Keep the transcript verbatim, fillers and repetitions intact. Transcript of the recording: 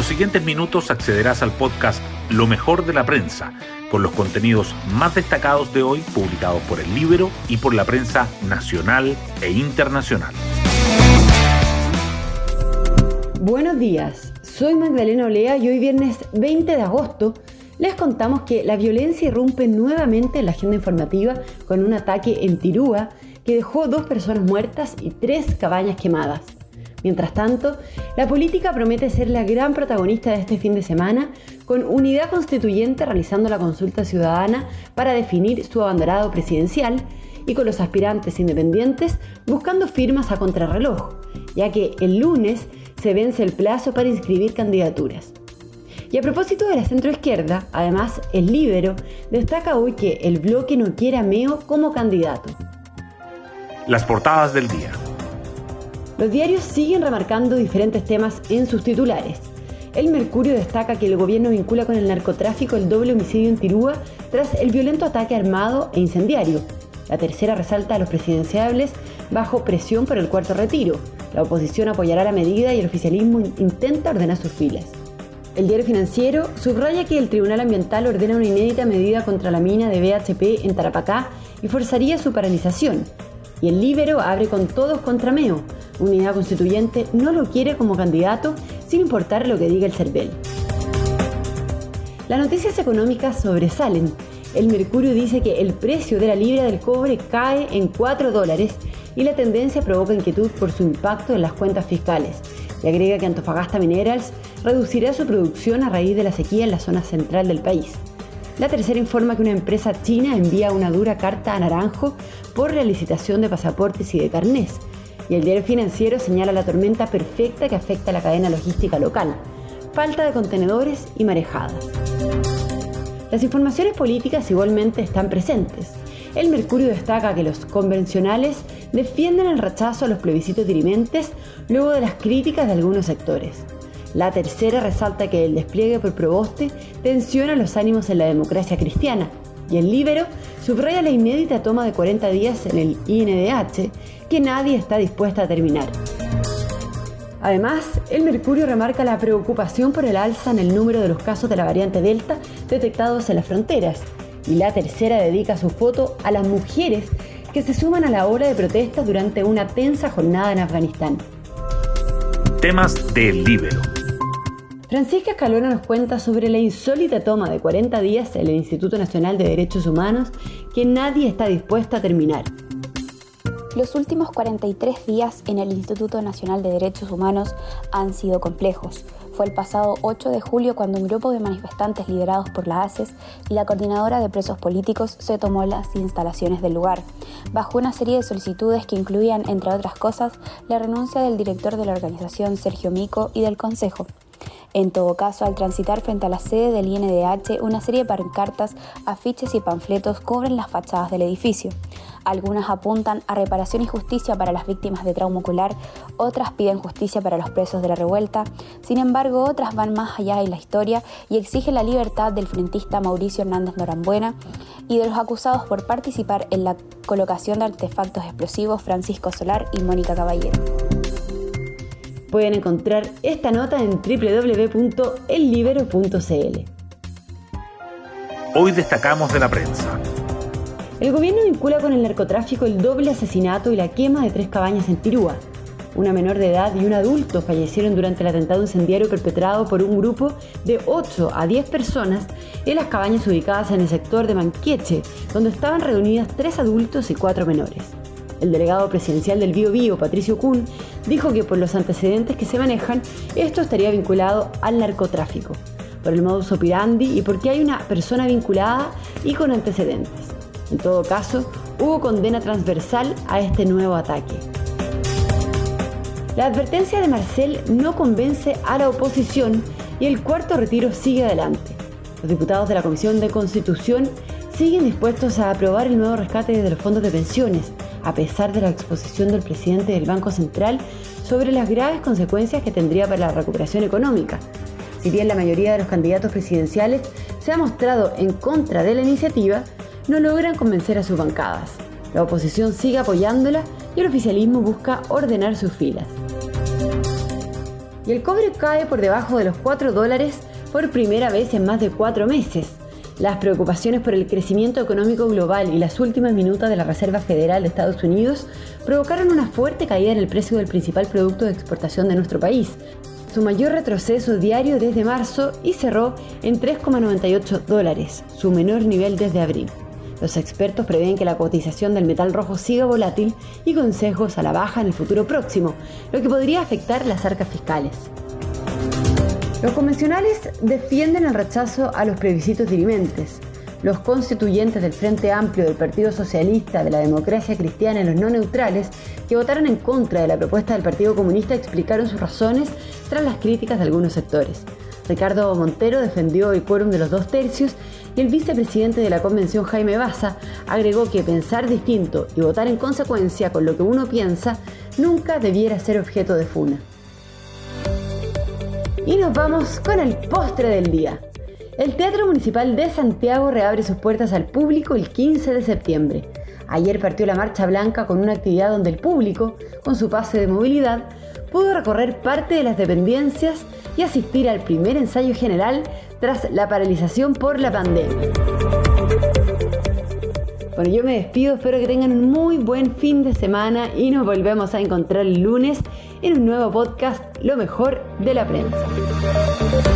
siguientes minutos accederás al podcast Lo mejor de la prensa, con los contenidos más destacados de hoy publicados por El Líbero y por la prensa nacional e internacional. Buenos días, soy Magdalena Olea y hoy viernes veinte de agosto les contamos que la violencia irrumpe nuevamente en la agenda informativa con un ataque en Tirúa que dejó dos personas muertas y tres cabañas quemadas. Mientras tanto, la política promete ser la gran protagonista de este fin de semana, con Unidad Constituyente realizando la consulta ciudadana para definir su abanderado presidencial y con los aspirantes independientes buscando firmas a contrarreloj, ya que el lunes se vence el plazo para inscribir candidaturas. Y a propósito de la centroizquierda, además, El Líbero destaca hoy que el bloque no quiere a Meo como candidato. Las portadas del día. Los diarios siguen remarcando diferentes temas en sus titulares. El Mercurio destaca que el gobierno vincula con el narcotráfico el doble homicidio en Tirúa tras el violento ataque armado e incendiario. La Tercera resalta a los presidenciables bajo presión por el cuarto retiro. La oposición apoyará la medida y el oficialismo intenta ordenar sus filas. El Diario Financiero subraya que el Tribunal Ambiental ordena una inédita medida contra la mina de B H P en Tarapacá y forzaría su paralización. Y El Líbero abre con todos contra Meo. Unidad Constituyente no lo quiere como candidato sin importar lo que diga el CERVEL. Las noticias económicas sobresalen. El Mercurio dice que el precio de la libra del cobre cae en cuatro dólares y la tendencia provoca inquietud por su impacto en las cuentas fiscales. Y agrega que Antofagasta Minerals reducirá su producción a raíz de la sequía en la zona central del país. La Tercera informa que una empresa china envía una dura carta a Naranjo por la licitación de pasaportes y de carnés. Y el Diario Financiero señala la tormenta perfecta que afecta a la cadena logística local, falta de contenedores y marejadas. Las informaciones políticas igualmente están presentes. El Mercurio destaca que los convencionales defienden el rechazo a los plebiscitos dirimentes luego de las críticas de algunos sectores. La Tercera resalta que el despliegue por Proboste tensiona los ánimos en la democracia cristiana. Y El Líbero subraya la inédita toma de cuarenta días en el I N D H que nadie está dispuesta a terminar. Además, el Mercurio remarca la preocupación por el alza en el número de los casos de la variante Delta detectados en las fronteras. Y La Tercera dedica su foto a las mujeres que se suman a la ola de protestas durante una tensa jornada en Afganistán. Temas del Líbero. Francisca Escalona nos cuenta sobre la insólita toma de cuarenta días en el Instituto Nacional de Derechos Humanos que nadie está dispuesto a terminar. Los últimos cuarenta y tres días en el Instituto Nacional de Derechos Humanos han sido complejos. Fue el pasado ocho de julio cuando un grupo de manifestantes liderados por la A C E S y la Coordinadora de Presos Políticos se tomó las instalaciones del lugar, bajo una serie de solicitudes que incluían, entre otras cosas, la renuncia del director de la organización, Sergio Mico, y del Consejo. En todo caso, al transitar frente a la sede del I N D H, una serie de pancartas, afiches y panfletos cubren las fachadas del edificio. Algunas apuntan a reparación y justicia para las víctimas de trauma ocular, otras piden justicia para los presos de la revuelta. Sin embargo, otras van más allá en la historia y exigen la libertad del frentista Mauricio Hernández Norambuena y de los acusados por participar en la colocación de artefactos explosivos Francisco Solar y Mónica Caballero. Pueden encontrar esta nota en doble u doble u doble u punto el líbero punto c l. Hoy destacamos de la prensa. El gobierno vincula con el narcotráfico el doble asesinato y la quema de tres cabañas en Tirúa. Una menor de edad y un adulto fallecieron durante el atentado incendiario perpetrado por un grupo de ocho a diez personas en las cabañas ubicadas en el sector de Manqueche, donde estaban reunidas tres adultos y cuatro menores. El delegado presidencial del Biobío, Patricio Kuhn, dijo que por los antecedentes que se manejan, esto estaría vinculado al narcotráfico, por el modus operandi y porque hay una persona vinculada y con antecedentes. En todo caso, hubo condena transversal a este nuevo ataque. La advertencia de Marcel no convence a la oposición y el cuarto retiro sigue adelante. Los diputados de la Comisión de Constitución siguen dispuestos a aprobar el nuevo rescate desde los fondos de pensiones, a pesar de la exposición del presidente del Banco Central sobre las graves consecuencias que tendría para la recuperación económica. Si bien la mayoría de los candidatos presidenciales se ha mostrado en contra de la iniciativa, no logran convencer a sus bancadas. La oposición sigue apoyándola y el oficialismo busca ordenar sus filas. Y el cobre cae por debajo de los cuatro dólares por primera vez en más de cuatro meses. Las preocupaciones por el crecimiento económico global y las últimas minutas de la Reserva Federal de Estados Unidos provocaron una fuerte caída en el precio del principal producto de exportación de nuestro país, su mayor retroceso diario desde marzo, y cerró en tres coma noventa y ocho dólares, su menor nivel desde abril. Los expertos prevén que la cotización del metal rojo siga volátil y con sesgos a la baja en el futuro próximo, lo que podría afectar las arcas fiscales. Los convencionales defienden el rechazo a los plebiscitos dirimentes. Los constituyentes del Frente Amplio, del Partido Socialista, de la Democracia Cristiana y los no neutrales, que votaron en contra de la propuesta del Partido Comunista, explicaron sus razones tras las críticas de algunos sectores. Ricardo Montero defendió el quórum de los dos tercios y el vicepresidente de la convención, Jaime Baza, agregó que pensar distinto y votar en consecuencia con lo que uno piensa nunca debiera ser objeto de funa. Y nos vamos con el postre del día. El Teatro Municipal de Santiago reabre sus puertas al público el quince de septiembre. Ayer partió la Marcha Blanca con una actividad donde el público, con su pase de movilidad, pudo recorrer parte de las dependencias y asistir al primer ensayo general tras la paralización por la pandemia. Bueno, yo me despido, espero que tengan un muy buen fin de semana y nos volvemos a encontrar el lunes en un nuevo podcast, Lo Mejor de la Prensa.